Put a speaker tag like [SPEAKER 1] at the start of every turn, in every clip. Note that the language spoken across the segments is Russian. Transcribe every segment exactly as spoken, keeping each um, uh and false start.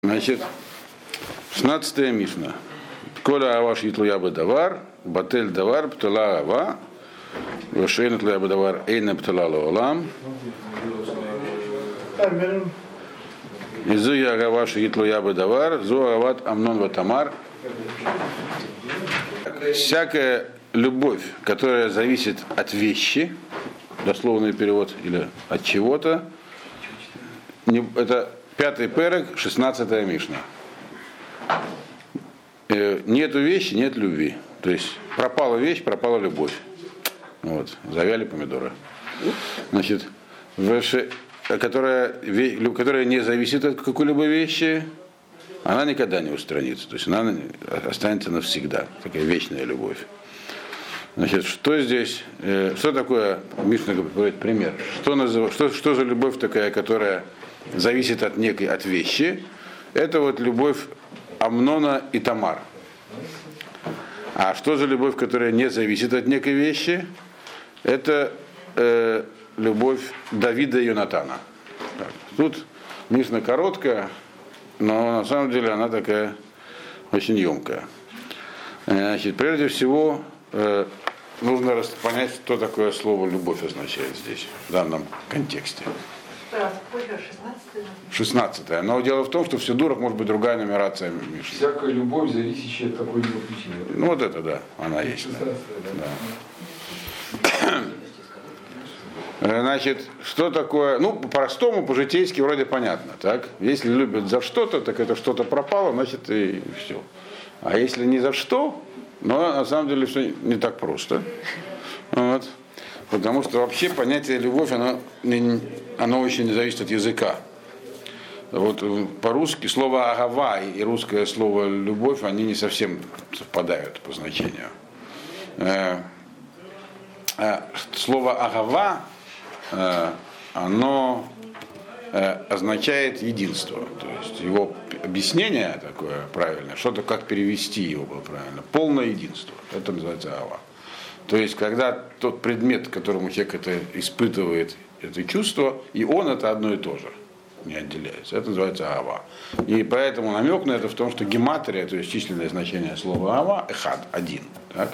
[SPEAKER 1] Значит, шестнадцатая Мишна. Коля аваш итлуя бадавар, батель давар, птала ава, вашейн итлуя бадавар, эйна птала лоалам. Изу я аваш итлуя бадавар, зу ават амнон ватамар. Всякая любовь, которая зависит от вещи, дословный перевод, или от чего-то, это пятый перек, шестнадцатая Мишна. Нету вещи, нет любви. То есть пропала вещь, пропала любовь. Вот, завяли помидоры. Значит, которая, которая не зависит от какой-либо вещи, она никогда не устранится. То есть она останется навсегда. Такая вечная любовь. Значит, что здесь, что такое, Мишна говорит пример, что, назыв, что, что за любовь такая, которая зависит от некой, от вещи? Это вот любовь Амнона и Тамар. А что за любовь, которая не зависит от некой вещи? Это э, любовь Давида и Йонатана. Так, тут Мишна короткая, но на самом деле она такая очень емкая. Значит, прежде всего, э, нужно понять, что такое слово «любовь» означает здесь, в данном контексте. шестнадцатая. Но дело в том, что в Сидурах может быть другая нумерация Мишны.
[SPEAKER 2] Всякая любовь, зависящая от какой-либо причины.
[SPEAKER 1] Ну вот это да, она есть. Да. Да. Значит, что такое, ну, по-простому, по-житейски вроде понятно, так? Если любят за что-то, так это что-то пропало, значит и все. А если не за что, но на самом деле все не так просто. Вот. Потому что вообще понятие любовь, оно, оно очень не зависит от языка. Вот по-русски слово агава и русское слово любовь, они не совсем совпадают по значению. Слово агава, оно означает единство. То есть его объяснение такое правильное, что-то как перевести его было правильно, полное единство. Это называется агава. То есть, когда тот предмет, которому человек это испытывает, это чувство, и он это одно и то же, не отделяется. Это называется ава. И поэтому намек на это в том, что гематрия, то есть численное значение слова ава, эхад, один. Так?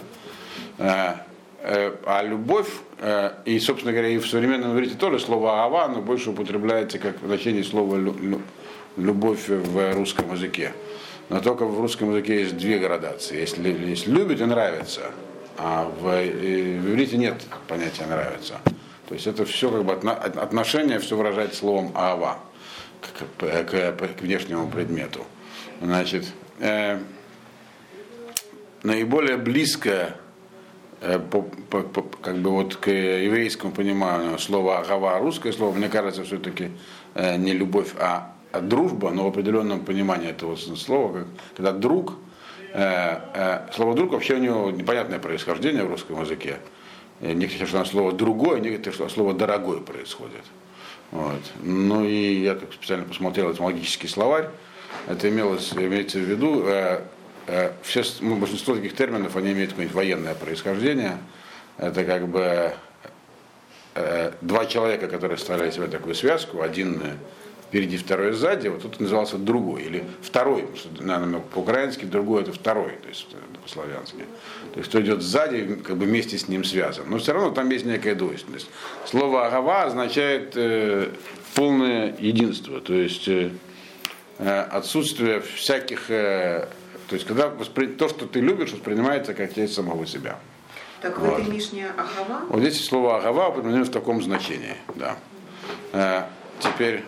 [SPEAKER 1] А любовь, и, собственно говоря, и в современном иврите тоже слово ава, но больше употребляется как значение слова любовь в русском языке. Но только в русском языке есть две градации. Если, если любит и нравится, а в, в иврите нет понятия нравится. То есть это все как бы отношение, все выражается словом ава к, к, к, к внешнему предмету. Значит, э, наиболее близкое э, по, по, по, как бы вот к еврейскому пониманию слова агава, русское слово, мне кажется, все-таки э, не любовь, а, а дружба, но в определенном понимании этого слова, как, когда друг. Слово «друг» вообще у него непонятное происхождение в русском языке. Некоторые что слово «другое», некоторые что слово «дорогой» происходит. Вот. Ну и я как специально посмотрел этимологический словарь. Это имелось, имеется в виду, э, э, все, ну, большинство таких терминов, они имеют какое-нибудь военное происхождение. Это как бы э, два человека, которые составляли себе такую связку, один впереди, второй сзади, вот тут назывался другой, или второй, потому что, наверное, по-украински другой это второй, то есть по-славянски. То есть кто идет сзади, как бы вместе с ним связан. Но все равно там есть некая двойственность. Слово агава означает э, полное единство, то есть э, отсутствие всяких, э, то есть когда воспри... то, что ты любишь, воспринимается как часть самого себя.
[SPEAKER 3] Так
[SPEAKER 1] вот.
[SPEAKER 3] В этой Мишне агава?
[SPEAKER 1] Вот здесь слово агава упомянуто в таком значении, да. Э, теперь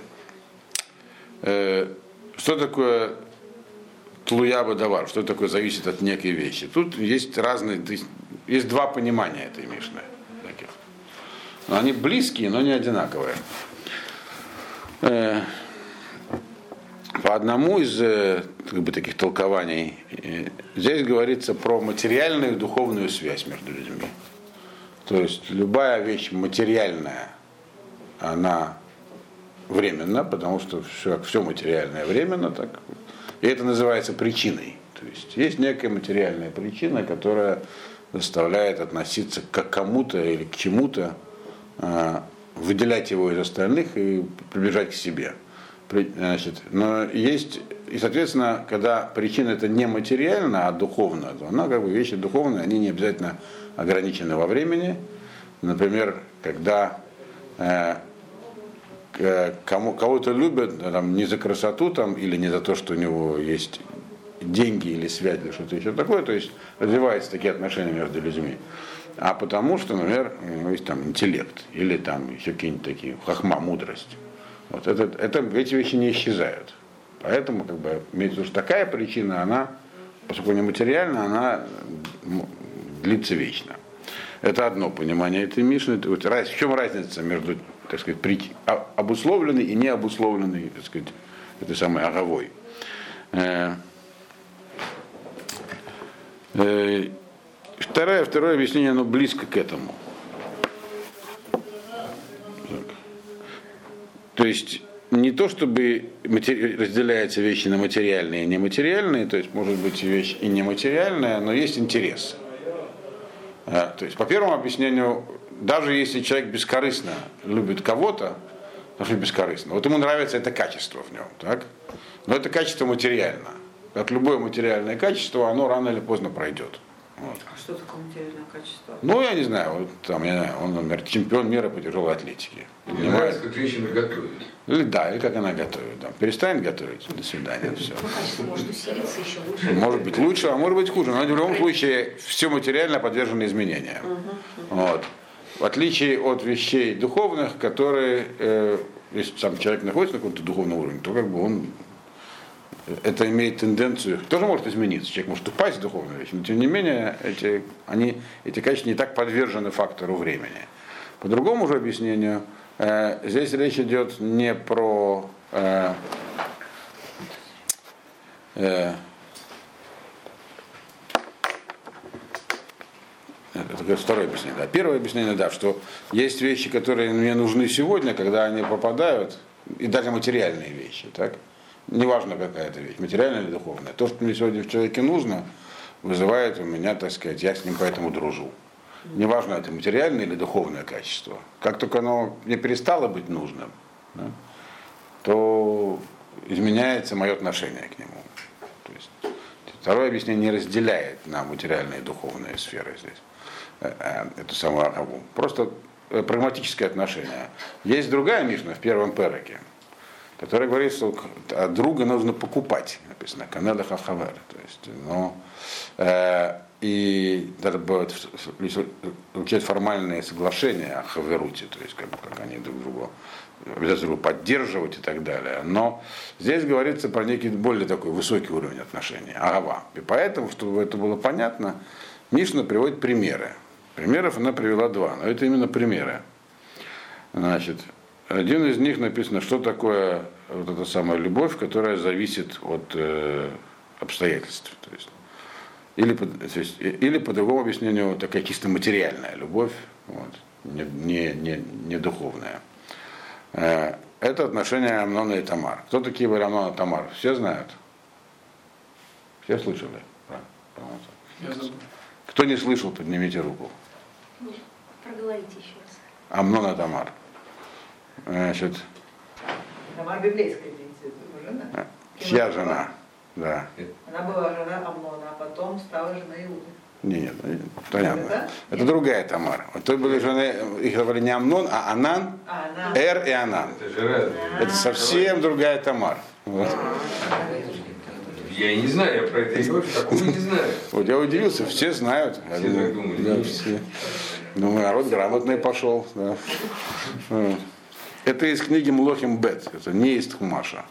[SPEAKER 1] что такое тлуя бадавар, что такое зависит от некой вещи? Тут есть разные, есть два понимания этой Мишны. Таких. Но они близкие, но не одинаковые. По одному из как бы, таких толкований здесь говорится про материальную и духовную связь между людьми. То есть любая вещь материальная, она временно, потому что все, все материальное временно, так, и это называется причиной. То есть есть некая материальная причина, которая заставляет относиться к кому-то или к чему-то, э, выделять его из остальных и приближать к себе. Значит, но есть, и, соответственно, когда причина это не материальная, а духовная, то она как бы вещи духовные, они не обязательно ограничены во времени. Например, когда э, кому, кого-то любят там, не за красоту там, или не за то, что у него есть деньги или связь или что-то еще такое, то есть развиваются такие отношения между людьми. А потому что, например, у него есть там интеллект или там еще какие-нибудь такие хахма, мудрость. Вот это, это, эти вещи не исчезают. Поэтому как бы, имеется в виду, что такая причина, она, поскольку не материальна, она длится вечно. Это одно понимание этой Мишны. Вот, в чем разница между, так сказать, прич... обусловленной и необусловленной, так сказать, этой самой аговой. Э... Э... Второе, второе объяснение, оно близко к этому. Так. То есть не то, чтобы матери... разделяются вещи на материальные и нематериальные, то есть может быть вещь и нематериальная, но есть интерес. А, то есть по первому объяснению, даже если человек бескорыстно любит кого-то, даже бескорыстно, вот ему нравится это качество в нем, так? Но это качество материально. Как любое материальное качество, оно рано или поздно пройдет. Вот.
[SPEAKER 3] А что такое материальное качество?
[SPEAKER 1] Ну, я не знаю, вот, там, я не знаю, он, например, чемпион мира по тяжелой атлетике.
[SPEAKER 2] Мне нравится, как женщина готовит.
[SPEAKER 1] Или да, или как она готовит. Там, перестанет готовить, до свидания, все.
[SPEAKER 3] Ну, качество может усилиться еще лучше.
[SPEAKER 1] Может быть лучше, а может быть хуже. Но в любом случае все материально подвержено изменениям.
[SPEAKER 3] Угу.
[SPEAKER 1] Вот. В отличие от вещей духовных, которые, э, если сам человек находится на каком-то духовном уровне, то как бы он это имеет тенденцию, тоже может измениться, человек может упасть в духовную вещь, но тем не менее эти, они, эти качества не так подвержены фактору времени. По другому же объяснению, э, здесь речь идет не про э, э, это второе объяснение. Да. Первое объяснение, да, что есть вещи, которые мне нужны сегодня, когда они попадают, и даже материальные вещи, так? Неважно, какая это вещь, материальная или духовная. То, что мне сегодня в человеке нужно, вызывает у меня, так сказать, я с ним поэтому дружу. Неважно, это материальное или духовное качество. Как только оно мне перестало быть нужным, да, то изменяется мое отношение к нему. То есть, второе объяснение не разделяет на материальные и духовные сферы здесь. Это самое Агаву. Просто прагматическое отношение. Есть другая Мишна в первом переке, который говорит, что друга нужно покупать, написано, канада хахавер. То есть, но, э, и надо будет включать формальные соглашения о хаверуте, то есть как, как они друг друга обязательно поддерживать и так далее. Но здесь говорится про некий более такой высокий уровень отношений, агава. И поэтому, чтобы это было понятно, Мишна приводит примеры. Примеров она привела два, но это именно примеры. Значит, один из них написано, что такое вот эта самая любовь, которая зависит от э, обстоятельств. То есть, или, то есть, или по другому объяснению, такая чисто материальная любовь, вот, не, не, не, не духовная. Э, это отношение Амнона и Тамар. Кто такие были Амнон и Тамар? Все знают? Все слышали?
[SPEAKER 2] Я забыл.
[SPEAKER 1] Кто не слышал, поднимите руку.
[SPEAKER 3] Проговорите еще раз.
[SPEAKER 1] Амнон и Тамар. Значит,
[SPEAKER 4] Тамар библейская, имеется в виду, жена?
[SPEAKER 1] чья жена? Да.
[SPEAKER 4] Она была жена Амнона, а потом стала женой Иуды.
[SPEAKER 1] Нет, нет, понятно.
[SPEAKER 4] Это?
[SPEAKER 1] Это другая Тамара. Вот то были жены, их говорили не Амнон, а Анан,
[SPEAKER 4] А, она...
[SPEAKER 1] Эр и Анан.
[SPEAKER 2] Это же разное.
[SPEAKER 1] Это совсем другая Тамар. Вот.
[SPEAKER 2] Я и не знаю, я про это и вообще такого не знаю.
[SPEAKER 1] Вот я удивился, все знают. Я
[SPEAKER 2] Все
[SPEAKER 1] думаю,
[SPEAKER 2] так думали.
[SPEAKER 1] да, все. Думаю, народ грамотный пошел. Да. Вот. Это из книги Млохим Бет, это не из Хумаша.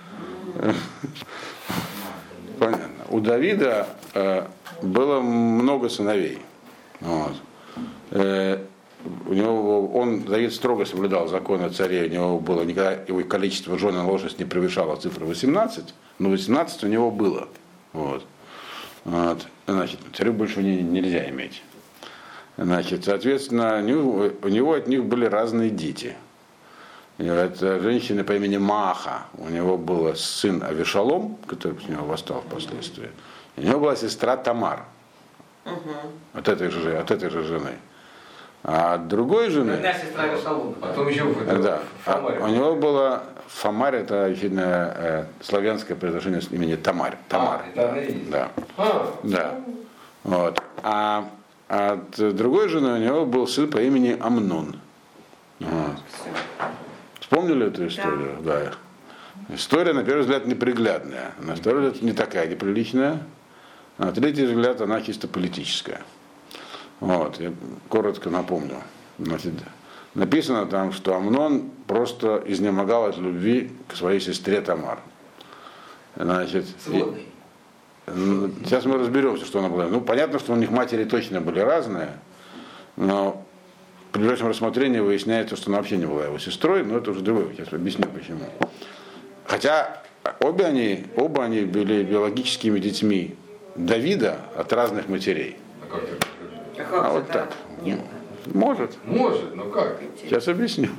[SPEAKER 1] Понятно. У Давида э, было много сыновей. Вот. Э, у него, он, Давид строго соблюдал законы царей, у него было никогда, его количество жен и ложность не превышало цифры восемнадцать, но восемнадцать у него было. Вот. Вот. Значит, царю больше не, нельзя иметь. Значит, соответственно, у него, у него от них были разные дети. Это женщина по имени Мааха. У него был сын Авишалом, который с него восстал впоследствии. У него была сестра Тамар.
[SPEAKER 3] Угу.
[SPEAKER 1] От этой же, от этой же жены. А от другой жены,
[SPEAKER 4] Одна сестра Вешалома.
[SPEAKER 2] Потом еще в это,
[SPEAKER 1] да,
[SPEAKER 2] в Фомаре.
[SPEAKER 1] а у него была Фомарь, это очевидно э, славянское произношение с имени Тамарь. Тамар.
[SPEAKER 2] А, это она и есть.
[SPEAKER 1] Да.
[SPEAKER 2] А,
[SPEAKER 1] Да. Вот. А от другой жены у него был сын по имени Амнон. Вот. Вспомнили эту историю? Да. История, на первый взгляд, неприглядная. На второй взгляд, не такая неприличная. А на третий взгляд, она чисто политическая. Вот. Я коротко напомню. Значит, написано там, что Амнон просто изнемогал от любви к своей сестре Тамар. Значит,
[SPEAKER 4] Сводный.
[SPEAKER 1] сейчас мы разберемся, что она была. Ну, понятно, что у них матери точно были разные, но при ближайшем рассмотрении выясняется, что она вообще не была его сестрой, но это уже другое, сейчас объясню почему. Хотя обе они, оба они были биологическими детьми Давида от разных матерей.
[SPEAKER 2] а как так?
[SPEAKER 4] А как
[SPEAKER 1] А
[SPEAKER 4] же
[SPEAKER 1] вот так.
[SPEAKER 3] Нет.
[SPEAKER 1] Может.
[SPEAKER 2] Может, но как?
[SPEAKER 1] Сейчас объясню.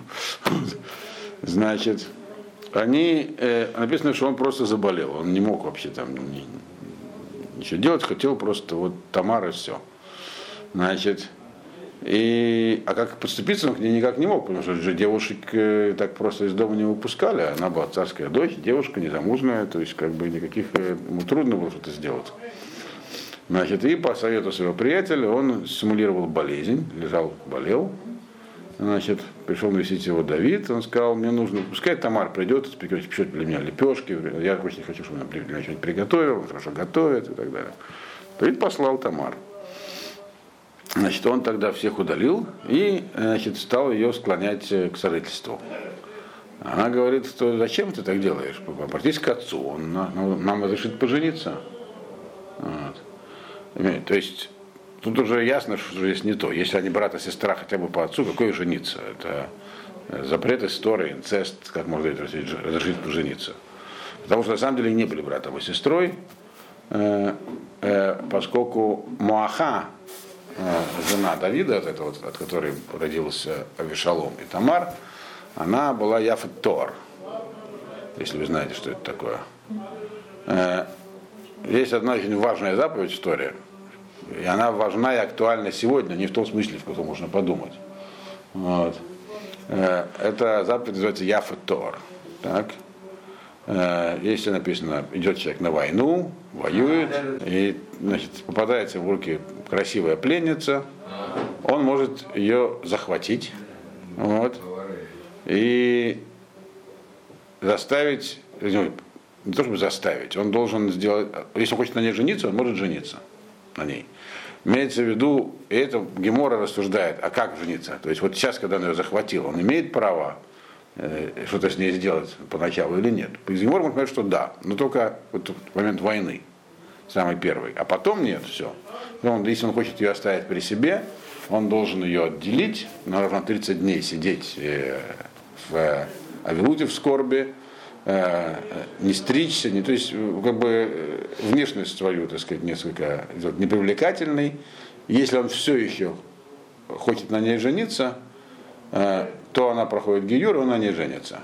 [SPEAKER 1] Значит, они, э, написано, что он просто заболел. Он не мог вообще там ни- ничего делать, хотел просто вот Тамар и все. Значит, и, а как подступиться он к ней никак не мог, потому что же девушек э, так просто из дома не выпускали. Она была царская дочь, девушка незамужная, то есть как бы никаких, э, ему трудно было что-то сделать. Значит, и по совету своего приятеля он симулировал болезнь, лежал, болел. Значит, пришел навестить его Давид, он сказал, мне нужно, пускай Тамар придет, испечет для меня лепешки, я очень хочу, чтобы она для меня что-нибудь приготовила, хорошо готовит и так далее. Давид послал Тамар. Значит, он тогда всех удалил и, значит, стал ее склонять к сожительству. Она говорит, что зачем ты так делаешь? Обратись к отцу, он нам разрешит пожениться. Вот. То есть тут уже ясно, что здесь не то. Если они брат и сестра хотя бы по отцу, какое жениться? Это запрет истории, инцест, как можно разрешить, разрешить пожениться. Потому что на самом деле не были братом и сестрой, э, э, поскольку Моаха, э, жена Давида, от, этого, от которой родился Авишалом и Тамар, она была Яфет Тор, если вы знаете, что это такое. Э, есть одна очень важная заповедь в истории, и она важна и актуальна сегодня, не в том смысле, в каком можно подумать. Вот. Эта заповедь называется Яфет Тор. Так. Если написано, идет человек на войну, воюет, и значит, попадается в руки красивая пленница, он может ее захватить, вот, и заставить, не то чтобы заставить, он должен сделать, если он хочет на ней жениться, он может жениться на ней. Имеется в виду, и это Гемора рассуждает, а как жениться? То есть вот сейчас, когда он ее захватил, он имеет право э, что-то с ней сделать поначалу или нет? Из Гемора можно сказать, что да, но только вот в момент войны, самый первый. А потом нет, все. Он, если он хочет ее оставить при себе, он должен ее отделить, она должна тридцать дней сидеть э, в Авилуте, в скорби, не стричься, не, то есть как бы внешность свою, так сказать, несколько непривлекательной. Если он все еще хочет на ней жениться, то она проходит гиюр, и он на ней женится.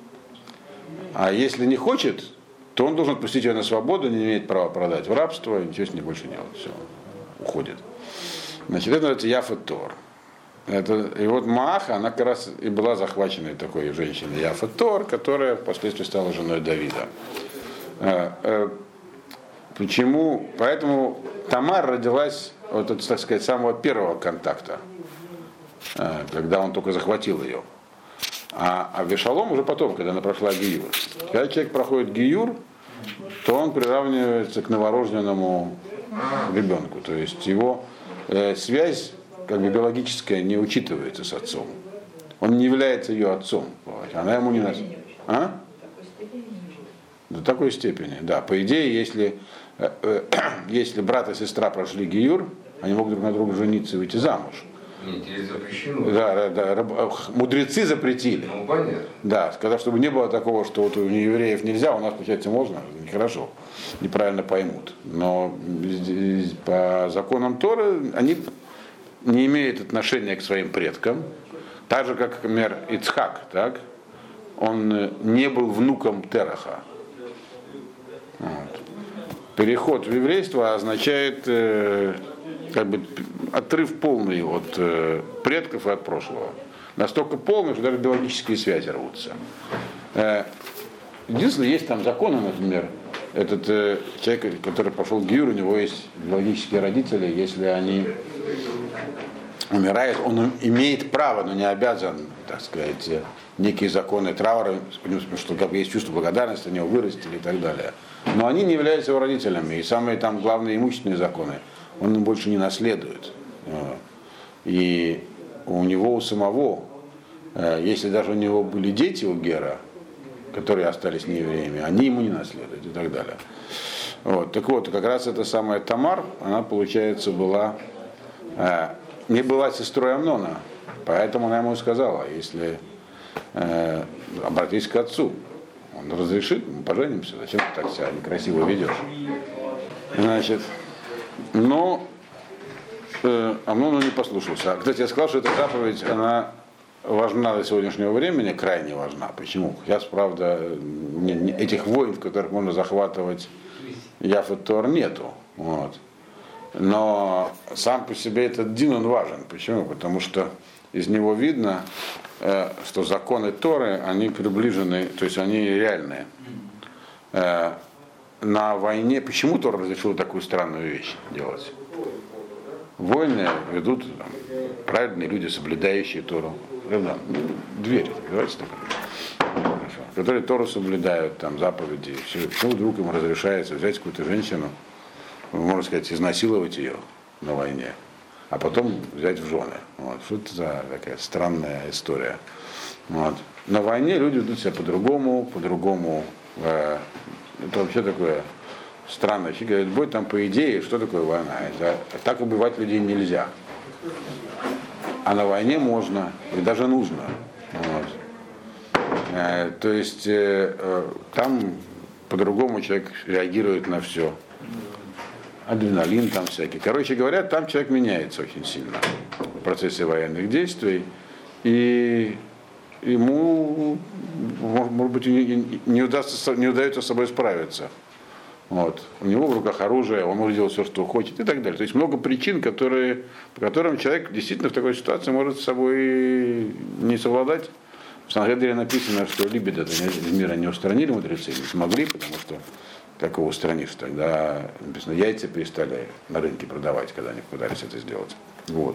[SPEAKER 1] А если не хочет, то он должен отпустить ее на свободу, не имеет права продать в рабство, и ничего с ней больше делать. Все, уходит. Значит, это называется Яфет Тор. Это, и вот Мааха, она как раз и была захваченной такой женщиной Яфет Тор, которая впоследствии стала женой Давида. Э, э, почему? Поэтому Тамар родилась, вот, так сказать, с самого первого контакта, э, когда он только захватил ее. А Авишалом уже потом, когда она прошла гиюр. Когда человек проходит гиюр, то он приравнивается к новорожденному ребенку. То есть его э, связь как бы биологическая не учитывается с отцом. Он не является ее отцом. Она ему не нас. А? До такой степени, да. По идее, если, э, э, если брат и сестра прошли гиюр, они могут друг на друга жениться и выйти замуж.
[SPEAKER 2] Нет, здесь запрещено.
[SPEAKER 1] Да, да, да. Мудрецы запретили.
[SPEAKER 2] Ну, понятно.
[SPEAKER 1] Да, когда, чтобы не было такого, что вот у евреев нельзя, у нас, получается, можно, нехорошо, неправильно поймут. Но по законам Торы они не имеют отношения к своим предкам. Так же, как, например, Ицхак, так? Он не был внуком Тераха. Вот. Переход в еврейство означает, э, как бы, отрыв полный от э, предков и от прошлого. Настолько полный, что даже биологические связи рвутся. Э, единственное, есть там законы, например, этот э, человек, который пошел в Гиюр, у него есть биологические родители, если они умирают, он имеет право, но не обязан, так сказать, некие законы траура, что как бы есть чувство благодарности, они его вырастили и так далее. Но они не являются его родителями, и самые там главные имущественные законы он им больше не наследует. И у него у самого, если даже у него были дети у Гера, которые остались неевреями, они ему не наследуют и так далее. Вот. Так вот, как раз эта самая Тамар, она, получается, была, не была сестрой Амнона, поэтому она ему сказала, если э, обратись к отцу, он разрешит, мы поженимся, зачем ты так себя некрасиво ведешь. Значит, но э, Амнон не послушался. Кстати, я сказал, что эта заповедь, она важна до сегодняшнего времени, крайне важна. Почему? Сейчас, правда, не, не, этих войн, в которых можно захватывать Яфет Тор, нету. Вот. Но сам по себе этот дин, он важен. Почему? Потому что из него видно, э, что законы Торы, они приближены, то есть они реальные. Э, на войне, почему Тора разрешила такую странную вещь делать? Войны ведут там, правильные люди, соблюдающие Тору. Правда? Дверь, давайте так. Хорошо. Которые Тору соблюдают, там, заповеди, все, все вдруг им разрешается взять какую-то женщину, можно сказать, изнасиловать ее на войне, а потом взять в жены. Вот. Что это за такая странная история. Вот. На войне люди ведут себя по-другому, по-другому. Э, это вообще такое странное. Все говорят, бой там по идее, что такое война? Это, так убивать людей нельзя. А на войне можно и даже нужно. Вот. Э, то есть э, э, там по-другому человек реагирует на все. Адреналин там всякий. Короче говоря, там человек меняется очень сильно в процессе военных действий. И ему, может быть, не, удастся, не удается с собой справиться. Вот. У него в руках оружие, он может делать все, что хочет и так далее. То есть много причин, которые, по которым человек действительно в такой ситуации может с собой не совладать. В Сангедрине написано, что либидо из мира не устранили мудрецы, не смогли, потому что как его устранишь, тогда написано, яйца перестали на рынке продавать, когда они пытались это сделать. Вот.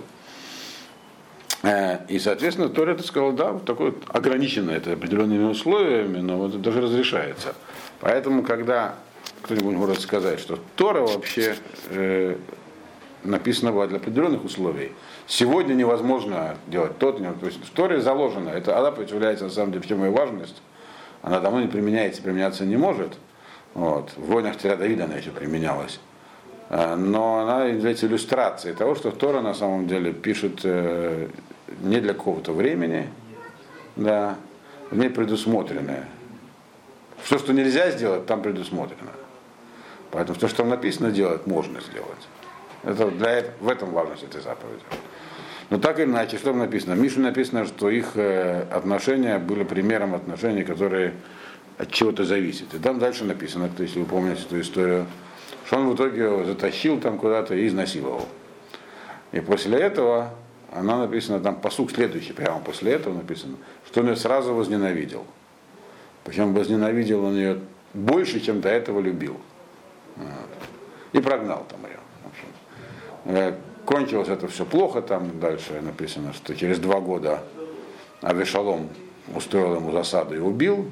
[SPEAKER 1] И, соответственно, Тора это сказал, да, вот такое вот ограниченное это определенными условиями, но вот это даже разрешается. Поэтому, когда кто-нибудь может сказать, что Тора вообще э, написана была для определенных условий, сегодня невозможно делать то, то есть в Торе заложено, это заповедь является на самом деле, в чем ее важность, она давно не применяется, применяться не может. Вот. В войнах царя Давида она еще применялась. Но она является иллюстрацией того, что Тора на самом деле пишет не для какого-то времени, да, в ней предусмотренное. Все, что нельзя сделать, там предусмотрено. Поэтому то, что там написано делать, можно сделать. Это для этого, в этом важность этой заповеди. Но так или иначе, что там написано? В Мише написано, что их отношения были примером отношений, которые от чего-то зависит. И там дальше написано, то если вы помните эту историю, что он в итоге его затащил там куда-то и изнасиловал. И после этого, она написана, там пасук следующий, прямо после этого написано, что он ее сразу возненавидел. Причем возненавидел он ее больше, чем до этого любил. Вот. И прогнал там ее. В общем. Кончилось это все плохо, там дальше написано, что через два года Авишалом устроил ему засаду и убил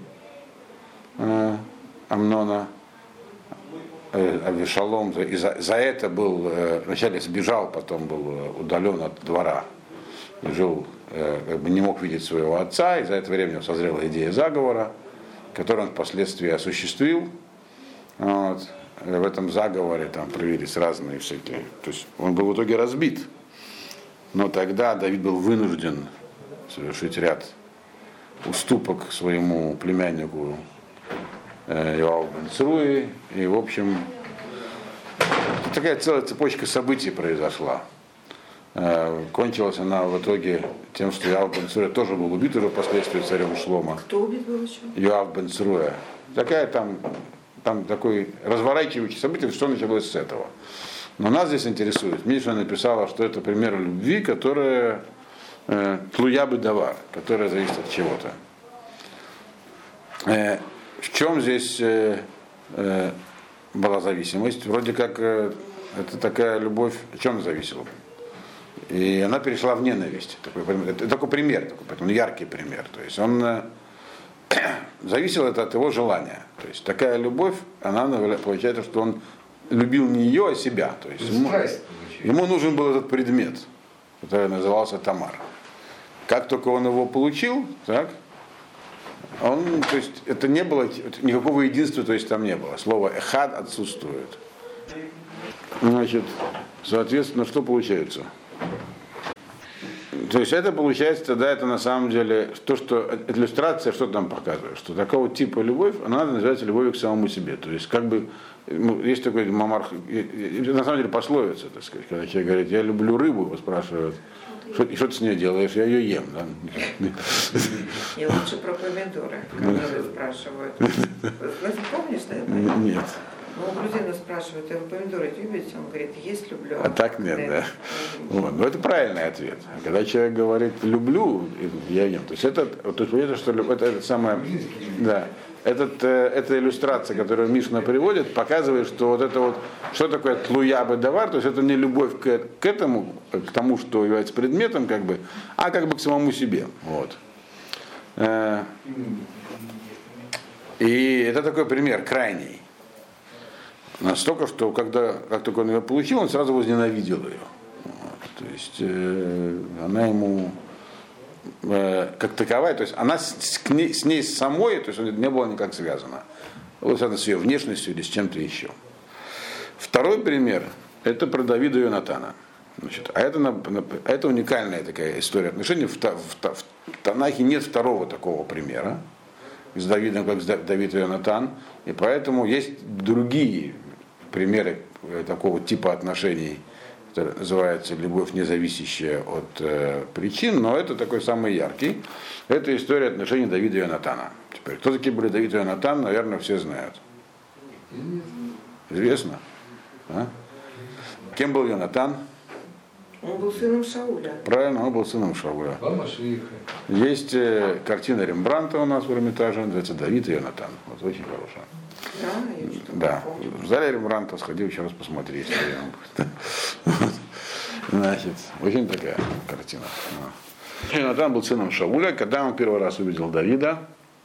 [SPEAKER 1] Амнона. Авишалом и за, за это был, вначале сбежал, потом был удален от двора. И жил, как бы не мог видеть своего отца, и за это время созрела идея заговора, который он впоследствии осуществил. Вот. В этом заговоре там проявились разные всякие. То есть он был в итоге разбит. Но тогда Давид был вынужден совершить ряд уступок своему племяннику Йоаву бен Цруи, и в общем такая целая цепочка событий произошла. Кончилась она в итоге тем, что Йоав бен Цруя тоже был убит уже впоследствии царем Шлома.
[SPEAKER 4] Кто убит был еще?
[SPEAKER 1] Йоав бен Цруя. Такая там, там такой разворачивающий событие, что началось с этого. Но нас здесь интересует. Миша написала, что это пример любви, которая э, тлуя бы давар, которая зависит от чего-то. Э, в чем здесь э, э, была зависимость? Вроде как э, это такая любовь, о чем зависела? И она перешла в ненависть. Такой, это такой пример, такой, поэтому яркий пример. То есть он э, зависел это от его желания. То есть такая любовь, она получается, что он любил не ее, а себя. То есть ему, ему нужен был этот предмет, который назывался Тамар. Как только он его получил, так, он, то есть это не было, никакого единства, то есть там не было. Слово эхад отсутствует. Значит, соответственно, что получается? То есть это получается, тогда это на самом деле то, что иллюстрация, что там показывает, что такого типа любовь, она называется любовью к самому себе. То есть как бы есть такой мамар, на самом деле пословица, так сказать, когда человек говорит, я люблю рыбу, его спрашивают, что, и что ты с ней делаешь, я ее ем. Да?
[SPEAKER 4] И лучше про помидоры, которые спрашивают. Помнишь, да?
[SPEAKER 1] Нет.
[SPEAKER 4] Ну, у грузина спрашивают, а вы помидоры любите? Он говорит, есть, люблю.
[SPEAKER 1] А так нет, да. да. Вот. Но это правильный ответ. Когда человек говорит люблю, я ем. То есть это, то есть это что это, это самое, да. Этот, эта иллюстрация, которую Мишна приводит, показывает, что вот это вот, что такое тлуя бедавар, то есть это не любовь к, к этому, к тому, что является предметом, как бы, а как бы к самому себе. Вот. И это такой пример крайний. Настолько, что когда, как только он ее получил, он сразу возненавидел ее. Вот. То есть э, она ему э, как таковая, то есть она с, с, ней, с ней самой, то есть не было никак связано. Вот связано с ее внешностью или с чем-то еще. Второй пример это про Давида и Йонатана. Значит, а это, это уникальная такая история отношений. В, в, в Танахе нет второго такого примера с Давидом, как с Давид и Йонатан. И поэтому есть другие примеры такого типа отношений, которые называются любовь, не зависящая от э, причин, но это такой самый яркий. Это история отношений Давида и Йонатана. Теперь, кто такие были Давид и Йонатан, наверное, все знают. Известно? А? Кем был Йонатан?
[SPEAKER 4] Он был сыном Шауля.
[SPEAKER 1] Правильно, он был сыном Шауля. Есть э, картина Рембрандта у нас в Эрмитаже, называется «Давид и Йонатан». Вот очень хорошая.
[SPEAKER 4] Да, я что-то
[SPEAKER 1] Да.
[SPEAKER 4] помню.
[SPEAKER 1] В зале Рембрандта сходи еще раз посмотри, если будет. Значит, очень такая картина. Йонатан был сыном Шауля. Когда он первый раз увидел Давида,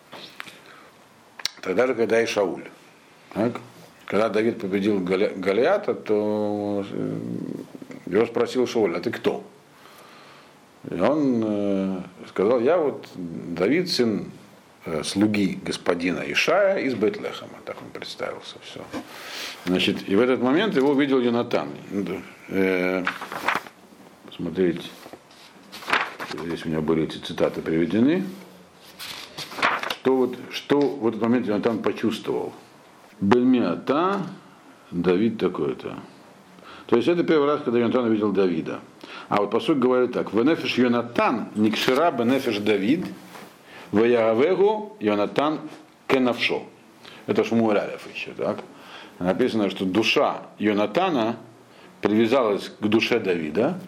[SPEAKER 1] тогда же, когда и Шауль. Так? Когда Давид победил Голи... Голиата, то его спросил Шауль, а ты кто? И он э, сказал, я вот Давид, сын э, слуги господина Ишая из Бейт-Лехема. Так он представился. Все. Значит, и в этот момент его увидел Йонатан. Э, посмотрите, здесь у меня были эти цитаты приведены. Что вот, что в этот момент Йонатан почувствовал? Бельмиата, Давид такой-то. То есть это первый раз, когда Йонатан увидел Давида. А вот посуд говорит так: Венефиш Йонатан никшира бенефиш Давид, ваягавегу Йонатан кенавшо. Это Шмуэль Алеф еще, так? Написано, что душа Йонатана привязалась к душе Давида,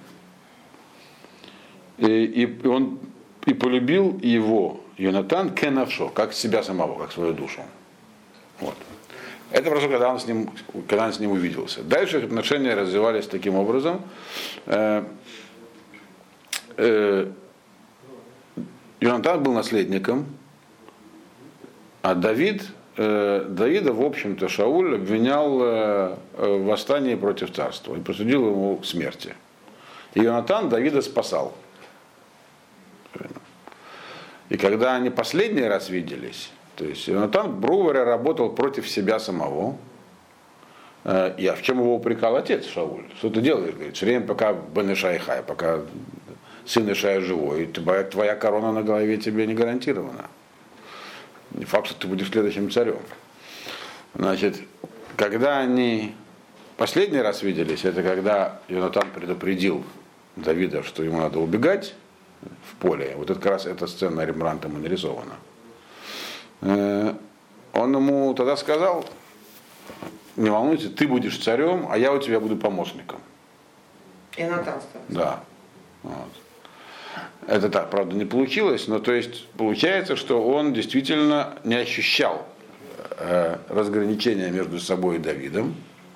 [SPEAKER 1] и, и он и полюбил его Йонатан кенавшо, как себя самого, как свою душу. Вот. Это просто когда он с ним, когда он с ним увиделся. Дальше их отношения развивались таким образом. Э, э, Йонатан был наследником, а Давид, э, Давида, в общем-то, Шауль обвинял э, в восстании против царства и присудил ему к смерти. И Йонатан Давида спасал. И когда они последний раз виделись, то есть Йонатан, грубо говоря, работал против себя самого. И а в чем его упрекал отец Шауль? Что ты делаешь? Говорит, все время пока Бен Ишай хай, пока сын Ишая живой, и твоя корона на голове тебе не гарантирована. Не факт, что ты будешь следующим царем. Значит, когда они последний раз виделись, это когда Йонатан предупредил Давида, что ему надо убегать в поле. Вот это как раз эта сцена Рембрандтом и нарисована. Он ему тогда сказал, не волнуйся, ты будешь царем, а я у тебя буду помощником.
[SPEAKER 4] И Натан стал.
[SPEAKER 1] Да. Вот. Это так, правда, не получилось, но то есть получается, что он действительно не ощущал э, разграничения между собой и Давидом.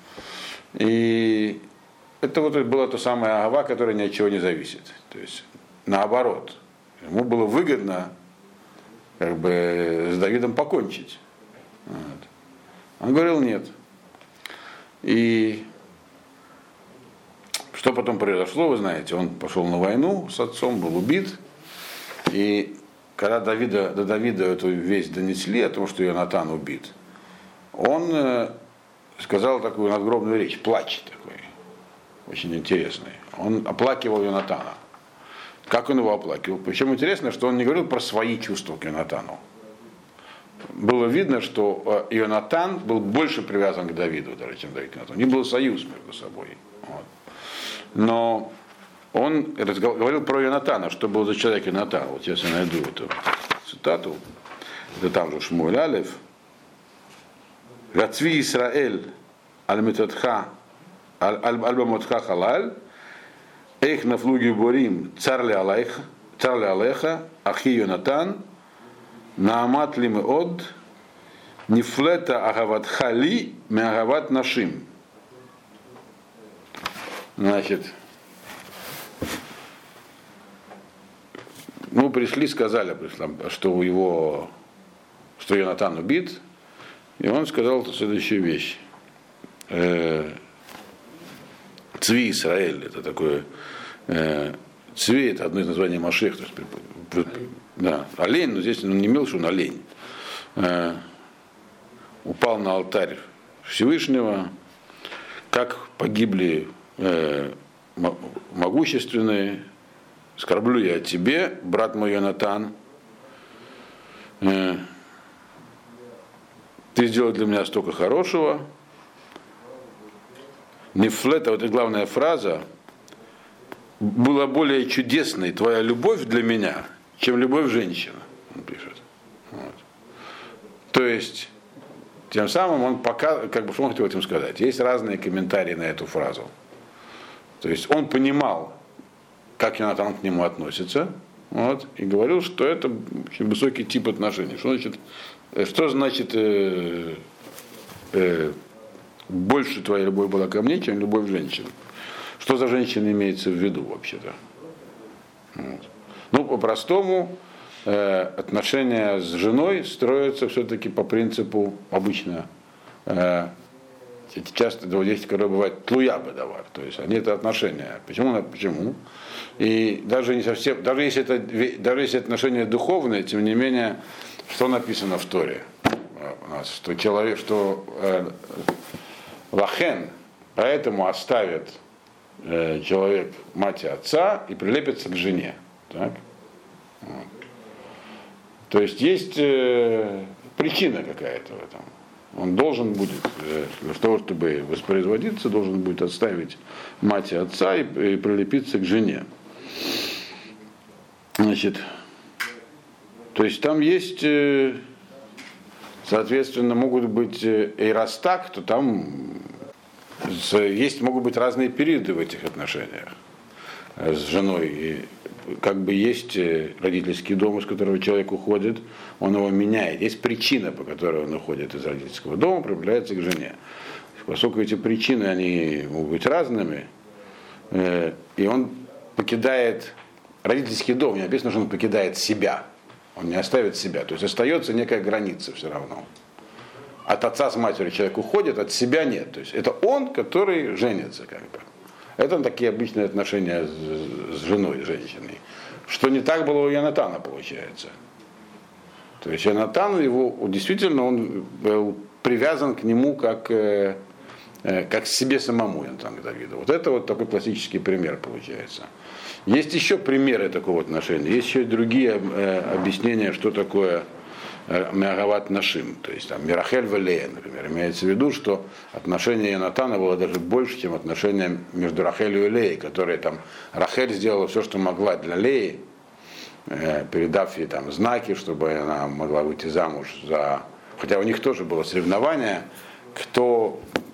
[SPEAKER 1] И это вот была та самая агава, которая ни от чего не зависит. То есть наоборот, ему было выгодно как бы с Давидом покончить. Вот. Он говорил нет. И что потом произошло, вы знаете, он пошел на войну с отцом, был убит. И когда Давида, до Давида эту весть донесли о том, что Йонатан убит, он э, сказал такую надгробную речь, плач такой, очень интересный. Он оплакивал Йонатана. Как он его оплакивал? Причем интересно, что он не говорил про свои чувства к Йонатану. Было видно, что Йонатан был больше привязан к Давиду, даже, чем Давид к Йонатану. У них был союз между собой. Вот. Но он говорил про Йонатана, что был за человек Йонатан. Вот сейчас я найду эту цитату. Это там же Шмуэль Алеф. Рацви Исраэль аль-метатха аль-бамотха халаль эйх нафлуги борим царли алейха царли алейха ахи Йонатан наамат ли меод нифлета агават хали ме агават нашим. Значит, ну, пришли, сказали, что у его, что Йонатан убит, и он сказал следующую вещь. Цви Исраэль, это такое, э, Цви, это одно из названий Машех, то есть, да, олень, но здесь он не имел, что он олень, э, упал на алтарь Всевышнего, как погибли э, могущественные, скорблю я о тебе, брат мой Йонатан, э, ты сделал для меня столько хорошего. Нефлета, вот эта главная фраза, была более чудесной твоя любовь для меня, чем любовь женщины, он пишет. Вот. То есть, тем самым он пока, как бы, что он хотел этим сказать? Есть разные комментарии на эту фразу. То есть он понимал, как Йонатан к нему относится, вот, и говорил, что это очень высокий тип отношений. Что значит, что значит э, э, больше твоя любовь была ко мне, чем любовь женщин? Что за женщина имеется в виду вообще-то? Вот. Ну, по-простому, э, отношения с женой строятся все-таки по принципу обычно. Э, часто есть, когда бывает тлуя бадавар, то есть они это отношения. Почему? Почему? И даже не совсем, даже если это, даже если отношения духовные, тем не менее, что написано в Торе у нас, что человек, что э, лахен, поэтому оставит э, человек мать и отца и прилепится к жене. Так? Вот. То есть есть э, причина какая-то в этом. Он должен будет, э, для того, чтобы воспроизводиться, должен будет оставить мать и отца и, и прилепиться к жене. Значит, то есть там есть, э, соответственно, могут быть эйростак, то там есть, могут быть разные периоды в этих отношениях с женой. И как бы есть родительский дом, из которого человек уходит, он его меняет. Есть причина, по которой он уходит из родительского дома, приближается к жене. Поскольку эти причины, они могут быть разными, и он покидает родительский дом, не написано, что он покидает себя. Он не оставит себя. То есть остается некая граница все равно. От отца с матерью человек уходит, от себя нет. То есть это он, который женится, как бы. Это такие обычные отношения с, с женой, с женщиной. Что не так было у Йонатана, получается. То есть Йонатан, его, действительно, он был привязан к нему как, э, как к себе самому, Йонатан к Давиду. Вот это вот такой классический пример получается. Есть еще примеры такого отношения, есть еще и другие э, объяснения, что такое Меагават Нашим, то есть там Мирахель Валея, например. Имеется в виду, что отношение Йонатана было даже больше, чем отношения между Рахелью и Леей, которые там Рахель сделала все, что могла для Леи, э, передав ей там знаки, чтобы она могла выйти замуж за. Хотя у них тоже было соревнование, кто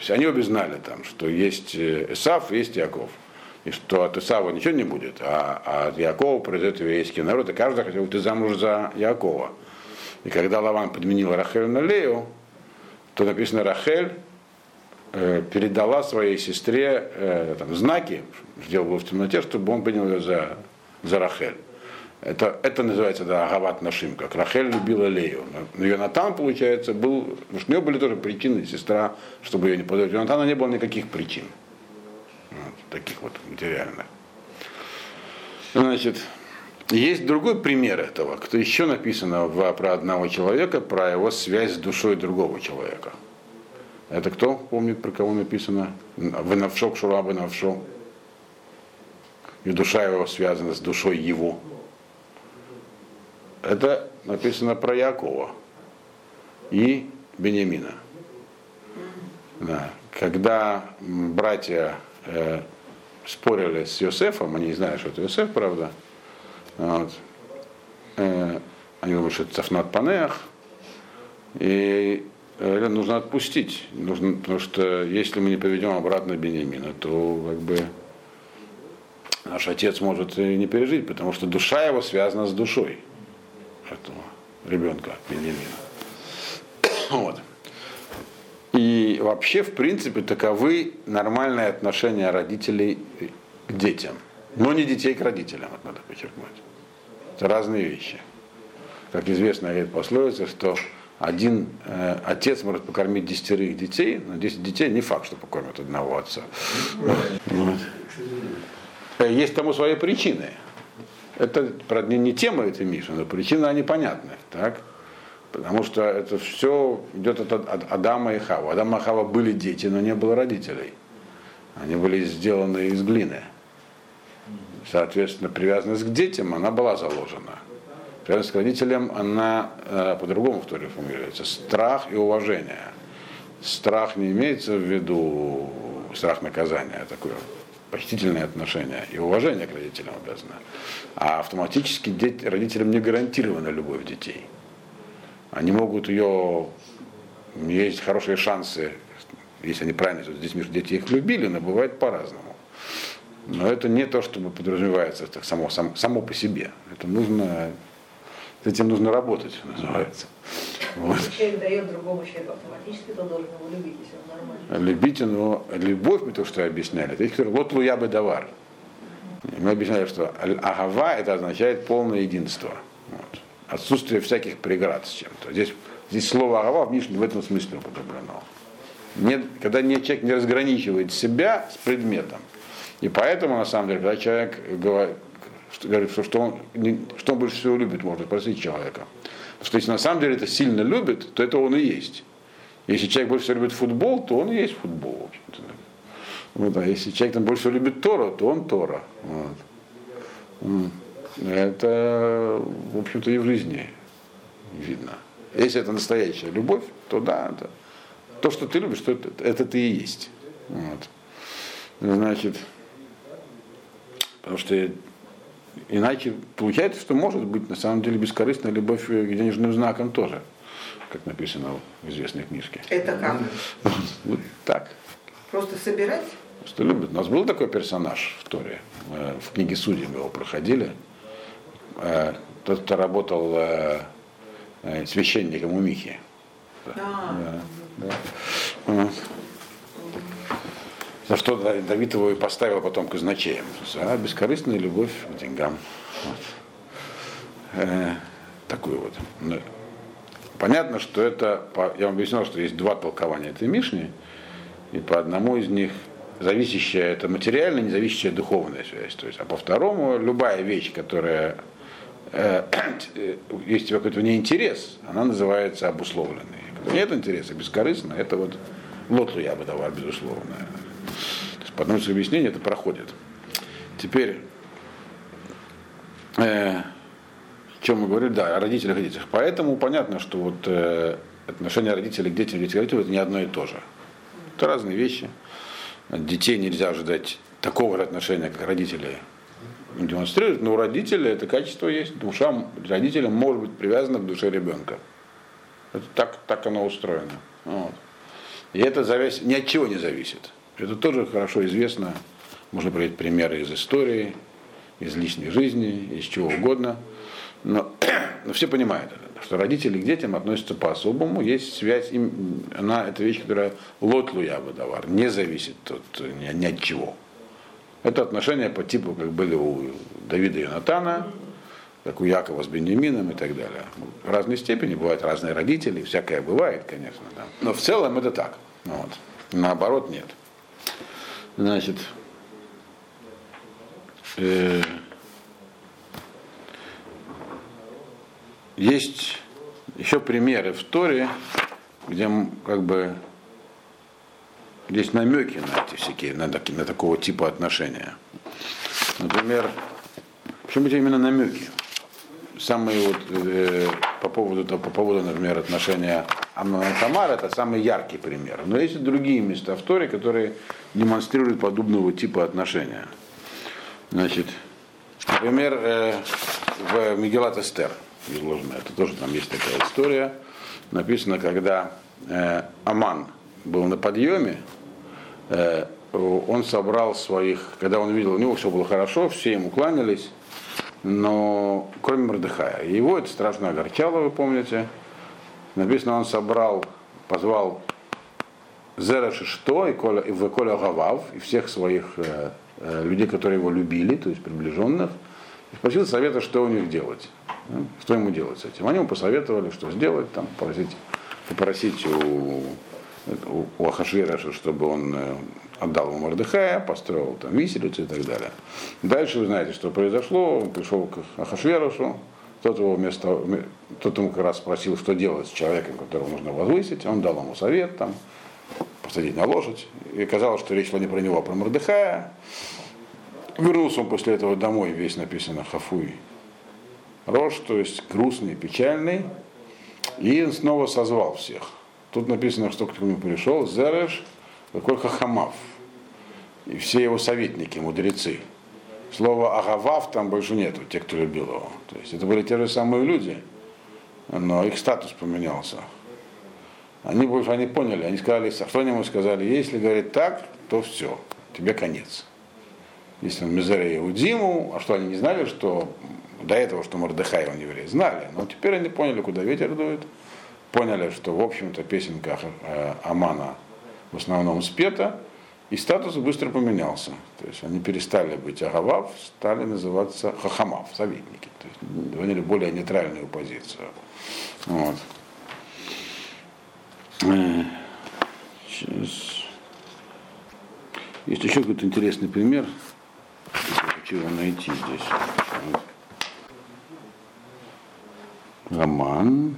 [SPEAKER 1] есть они обе знали, там, что есть Исав, есть Яков. И что от Исава ничего не будет, а, а от Якова произойдет еврейский народ, и каждый хотел выйти замуж за Якова. И когда Лаван подменил Рахель на Лею, то написано, Рахель э, передала своей сестре э, там, знаки, сделал его в темноте, чтобы он принял ее за, за Рахель. Это, это называется, да, Агават Нашим, как Рахель любила Лею. Но Йонатан, получается, был, потому что у нее были тоже причины, сестра, чтобы ее не подать. У Йонатана не было никаких причин. Вот, таких вот материальных. Значит, есть другой пример этого, кто еще написано в, про одного человека, про его связь с душой другого человека. Это кто помнит, про кого написано? Венавшо кшура бенавшо. И душа его связана с душой его. Это написано про Якова и Беньямина. Да. Когда братья э, спорили с Йосефом, они не знали, что это Йосеф, правда. Вот. Э, они думают, что это Цафнат Панеах. И э, нужно отпустить. Нужно, потому что если мы не поведем обратно Беньямина, то как бы наш отец может и не пережить, потому что душа его связана с душой этого ребенка Беньямина. Вот. И вообще, в принципе, таковы нормальные отношения родителей к детям. Но не детей к родителям, это надо подчеркнуть. Это разные вещи. Как известно, говорит пословица, что один э, отец может покормить десятерых детей, но десять детей не факт, что покормят одного отца. Вот. Есть тому свои причины. Это, правда, не тема этой Мишны, но причины, они понятны. Так? Потому что это все идет от, от Адама и Хавы. Адама и Хава были дети, но не было родителей. Они были сделаны из глины. Соответственно, привязанность к детям, она была заложена. Привязанность к родителям, она э, по-другому в Торе формулируется. Страх и уважение. Страх не имеется в виду страх наказания, а такое почтительное отношение и уважение к родителям обязано. А автоматически дети, родителям не гарантирована любовь детей. Они могут ее, есть хорошие шансы, если они правильно с детьми, что дети их любили, но бывает по-разному. Но это не то, что подразумевается так само, само, само по себе. Это нужно, с этим нужно работать, называется. Вот.
[SPEAKER 4] Человек дает другому человеку автоматически, то должен его любить, если он нормальный.
[SPEAKER 1] Любите, но любовь, мы то, что объясняли, это есть, который лот луя бы давар. Мы объясняли, что агава это означает полное единство. Вот. Отсутствие всяких преград с чем-то. Здесь, здесь слово агава в Мишне в этом смысле употреблено. Нет, когда не, человек не разграничивает себя с предметом. И поэтому, на самом деле, когда человек говорит, что, говорит, что, что, он, что он больше всего любит, можно спросить человека. Потому что если на самом деле это сильно любит, то это он и есть. Если человек больше всего любит футбол, то он и есть футбол. В общем-то. Вот, а если человек там больше всего любит Тору, то он Тора. Вот. Это, в общем-то, и в жизни видно. Если это настоящая любовь, то да, это, то, что ты любишь, то это, это ты и есть. Вот. Значит, потому что иначе получается, что может быть на самом деле бескорыстная любовь к денежным знакам тоже, как написано в известной книжке.
[SPEAKER 4] Это как?
[SPEAKER 1] Вот так.
[SPEAKER 4] Просто собирать?
[SPEAKER 1] Просто любят. У нас был такой персонаж в Торе. В книге Судей мы его проходили. Тот, кто работал священником у Михи.
[SPEAKER 4] А.
[SPEAKER 1] Да, да. За что Давид его и поставил потом казначеем. За бескорыстная любовь к деньгам. Вот. Э, такую вот. Но понятно, что это, я вам объяснял, что есть два толкования этой Мишни, и по одному из них зависящая это материальная, не зависящая духовная связь. То есть, а по второму любая вещь, которая э, есть у тебя какой-то в ней интерес, она называется обусловленной. Когда нет интереса, бескорыстно, это вот лотлу я бы давал, безусловно. То есть, по одному из объяснений это проходит. Теперь, э, о чем мы говорили, да, о родителях и детях. Поэтому понятно, что вот э, отношение родителей к детям, детей к родителям, это не одно и то же. Это разные вещи. От детей нельзя ожидать такого же отношения, как родители демонстрируют, но у родителей это качество есть. Душа родителя может быть привязана к душе ребенка. Это так, так оно устроено. Вот. И это зависит, ни от чего не зависит. Это тоже хорошо известно. Можно приводить примеры из истории, из личной жизни, из чего угодно. Но, но все понимают это, что родители к детям относятся по-особому. Есть связь, им, она, это вещь, которая лотлуя бадавар, не зависит от, ни, ни от чего. Это отношения по типу, как были у Давида и Натана, как у Якова с Беньямином и так далее. В разной степени бывают разные родители, всякое бывает, конечно. Да. Но в целом это так. Вот. Наоборот, нет. Значит, э, есть еще примеры в Торе, где как бы есть намеки на эти всякие, на, на такого типа отношения. Например, почему это именно намеки? Самые вот э, по поводу, по поводу, например, отношения Амнона и Тамара, это самый яркий пример. Но есть и другие места в Торе, которые демонстрируют подобного типа отношения. Значит, например, э, в Мегилат Эстер изложено, это тоже там есть такая история. Написано, когда э, Аман был на подъеме, э, он собрал своих, когда он видел, у него все было хорошо, все ему кланялись, но кроме Мордехая. Его это страшно огорчало, вы помните. Написано, он собрал, позвал Зера Шишто и Коля Гавав, и всех своих э, э, людей, которые его любили, то есть приближенных, и спросил совета, что у них делать. Ну, что ему делать с этим. Они ему посоветовали, что сделать, там, попросить, попросить у, у, у Ахашвероша, чтобы он э, отдал ему Мордехая, построил там виселицу и так далее. Дальше вы знаете, что произошло. Он пришел к Ахашверошу, тот его вместо, тот ему как раз спросил, что делать с человеком, которого нужно возвысить. Он дал ему совет, там, посадить на лошадь. И оказалось, что речь шла не про него, а про Мордехая. Вернулся он после этого домой, весь написано Хафуй Рош, то есть грустный, печальный. И он снова созвал всех. Тут написано, что к нему пришел Зереш, какой Хахамав. И все его советники, мудрецы. Слова Агавав там больше нету, те, кто любил его. То есть это были те же самые люди, но их статус поменялся. Они больше они поняли, они сказали, что они ему сказали, если говорит так, то все, тебе конец. Если он Мизере Иудиму, а что они не знали, что до этого, что Мордехай он еврей, знали, но теперь они поняли, куда ветер дует, поняли, что в общем-то песенка Амана в основном спета, и статус быстро поменялся. То есть они перестали быть Агавав, стали называться Хахамав, советники. То есть заняли более нейтральную позицию. Вот. Сейчас. Есть еще какой-то интересный пример. Хочу его найти здесь. Роман.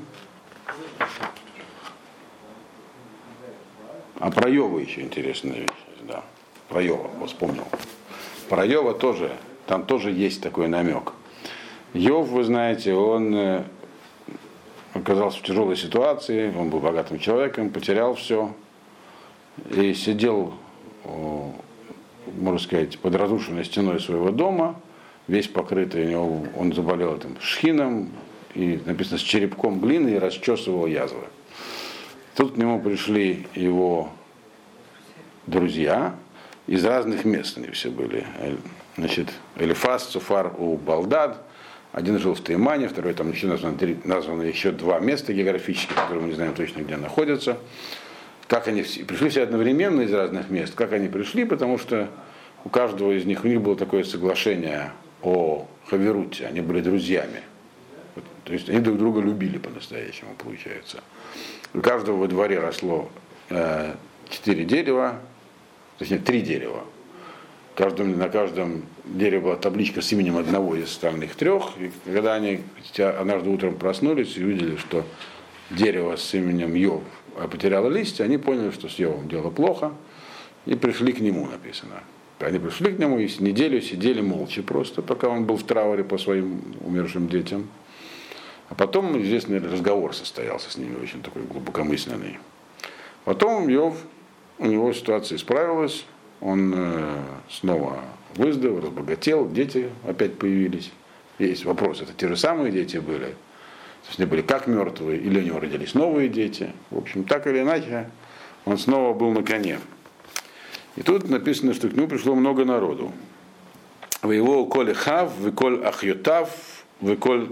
[SPEAKER 1] А про Йова еще интересная вещь. Да. Про Йова, вот вспомнил. Про Йова тоже, там тоже есть такой намек. Йов, вы знаете, он оказался в тяжелой ситуации, он был богатым человеком, потерял все и сидел, можно сказать, под разрушенной стеной своего дома, весь покрытый, у него, он заболел этим шхином, и написано, с черепком глины, и расчесывал язвы. Тут к нему пришли его друзья из разных мест, они все были. Значит, Элифас, Цуфар, у Балдад. Один жил в Теймане, второй там еще названо, названо еще два места географических, которые мы не знаем точно, где находятся. Как они все, пришли все одновременно из разных мест. Как они пришли, потому что у каждого из них, у них было такое соглашение о Хаверуте, они были друзьями. То есть они друг друга любили по-настоящему, получается. У каждого во дворе росло э, четыре дерева, точнее три дерева. Каждом, на каждом дереве была табличка с именем одного из остальных трех. И когда они однажды утром проснулись и увидели, что дерево с именем Йов потеряло листья, они поняли, что с Йовом дело плохо, и пришли к нему, написано. Они пришли к нему и с неделю сидели молча просто, пока он был в трауре по своим умершим детям. А потом известный разговор состоялся с ними, очень такой глубокомысленный. Потом Йов, у него ситуация исправилась, он э, снова выздоровел, разбогател, дети опять появились. Есть вопрос, это те же самые дети были? То есть они были как мертвые, или у него родились новые дети? В общем, так или иначе, он снова был на коне. И тут написано, что к нему пришло много народу. В его коль хав, в коль ахьотав, в коль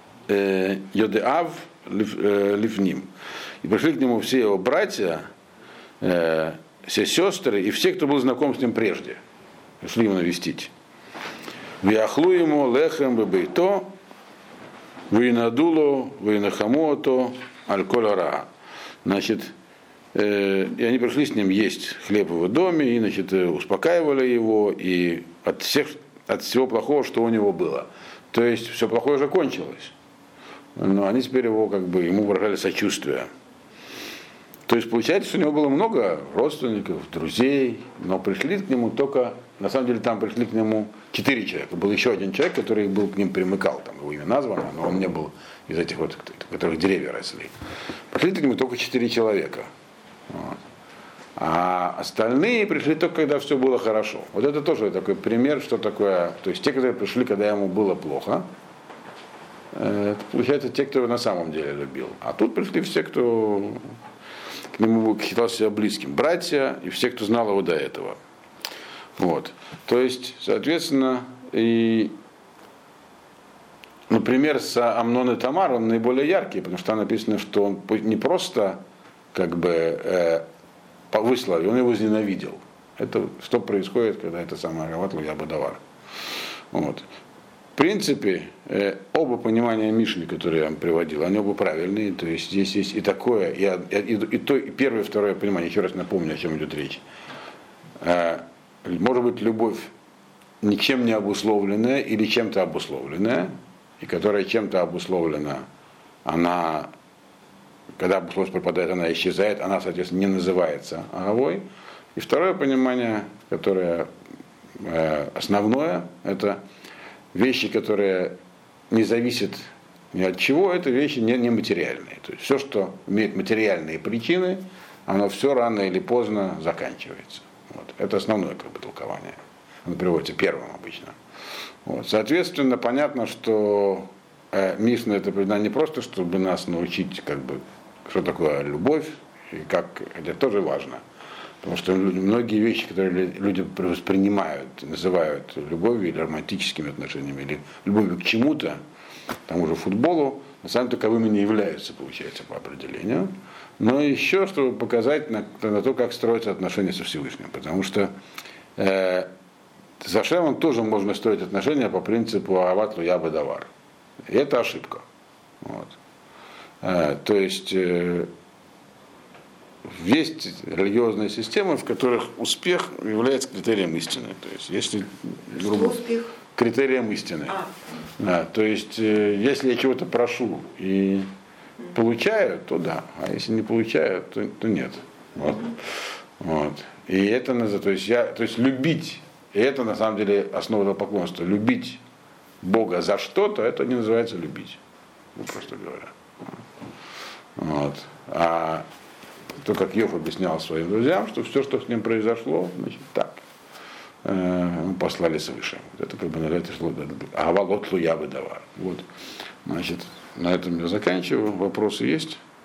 [SPEAKER 1] йодеав ливним. И пришли к нему все его братья, э, все сестры и все, кто был знаком с ним прежде. Пришли его навестить. Вяхлу ему лехем бебейто, винадуло, винахамото, аль-коль-ара. Значит, э, и они пришли с ним есть хлеб в его доме, и, значит, успокаивали его и от, всех, от всего плохого, что у него было. То есть все плохое уже кончилось. Но они теперь его, как бы, ему выражали сочувствие. То есть получается, что у него было много родственников, друзей, но пришли к нему только, на самом деле там пришли к нему четыре человека. Был еще один человек, который был к ним примыкал, там его имя названо, но он не был из этих вот, которых деревья росли. Пришли к нему только четыре человека. Вот. А остальные пришли только, когда все было хорошо. Вот это тоже такой пример, что такое, то есть те, которые пришли, когда ему было плохо, это, получается, те, кто его на самом деле любил. А тут пришли все, кто к нему считал себя близким. Братья и все, кто знал его до этого. Вот. То есть, соответственно, и, например, с Амнон и Тамар он наиболее яркий, потому что там написано, что он не просто как бы э, выслал, он его возненавидел. Это что происходит, когда это самое Раватлу Ябадавар. Вот. В принципе, э, оба понимания Мишли, которые я вам приводил, они оба правильные. То есть здесь есть и такое, и, и, и, то, и первое, и второе понимание. Еще раз напомню, о чем идет речь. Э, может быть, любовь ничем не обусловленная или чем-то обусловленная, и которая чем-то обусловлена, она, когда обусловленность пропадает, она исчезает, она, соответственно, не называется аговой. И второе понимание, которое э, основное, это вещи, которые не зависят ни от чего, это вещи не, не материальные. То есть все, что имеет материальные причины, оно все рано или поздно заканчивается. Вот. Это основное как бы, толкование. Оно приводится первым обычно. Вот. Соответственно, понятно, что э, Мишна это не просто, чтобы нас научить, как бы, что такое любовь, и как это тоже важно. Потому что многие вещи, которые люди воспринимают, называют любовью или романтическими отношениями, или любовью к чему-то, к тому же футболу, на самом деле таковыми не являются, получается, по определению. Но еще, чтобы показать на, на то, как строятся отношения со Всевышним. Потому что э, с Ашемом тоже можно строить отношения по принципу Ават Луя Бадавар. И это ошибка. Вот. Э, то есть э, есть религиозные системы, в которых успех является критерием истины. То есть, если грубо,
[SPEAKER 3] успех?
[SPEAKER 1] Критерием истины.
[SPEAKER 3] А.
[SPEAKER 1] Да, то есть, э, если я чего-то прошу и получаю, то да, а если не получаю, то, то нет. Вот. Вот. И это, то есть, я, то есть любить, и это на самом деле основа этого поклонства, любить Бога за что-то, это не называется любить, ну, просто говоря. Вот. А то, как Йов объяснял своим друзьям, что все, что с ним произошло, значит, так. Э, послали свыше. Вот это как бы называется Агава лот луя бедавар. Вот. Значит, на этом я заканчиваю. Вопросы есть?